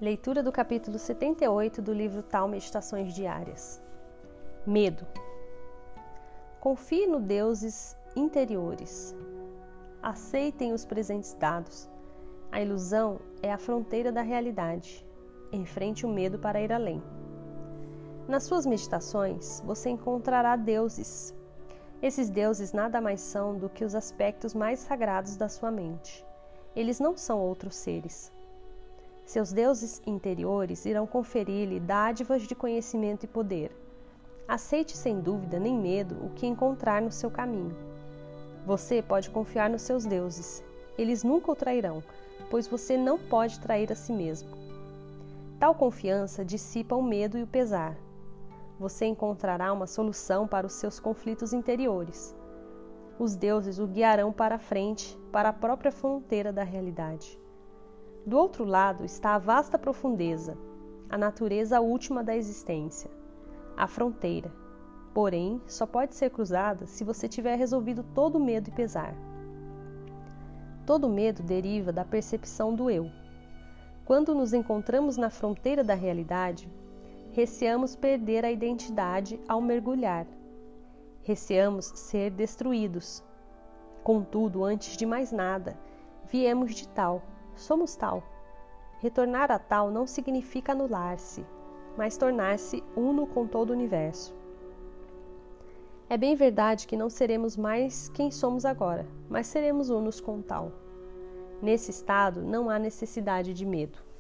Leitura do capítulo 78 do livro Tal Meditações Diárias. Medo. Confie nos deuses interiores. Aceitem os presentes dados. A ilusão é a fronteira da realidade. Enfrente o medo para ir além. Nas suas meditações, você encontrará deuses. Esses deuses nada mais são do que os aspectos mais sagrados da sua mente. Eles não são outros seres. Seus deuses interiores irão conferir-lhe dádivas de conhecimento e poder. Aceite sem dúvida nem medo o que encontrar no seu caminho. Você pode confiar nos seus deuses. Eles nunca o trairão, pois você não pode trair a si mesmo. Tal confiança dissipa o medo e o pesar. Você encontrará uma solução para os seus conflitos interiores. Os deuses o guiarão para a frente, para a própria fronteira da realidade. Do outro lado está a vasta profundeza, a natureza última da existência, a fronteira. Porém, só pode ser cruzada se você tiver resolvido todo o medo e pesar. Todo medo deriva da percepção do eu. Quando nos encontramos na fronteira da realidade, receamos perder a identidade ao mergulhar. Receamos ser destruídos. Contudo, antes de mais nada, viemos de tal, somos tal. Retornar a tal não significa anular-se, mas tornar-se uno com todo o universo. É bem verdade que não seremos mais quem somos agora, mas seremos unos com tal. Nesse estado não há necessidade de medo.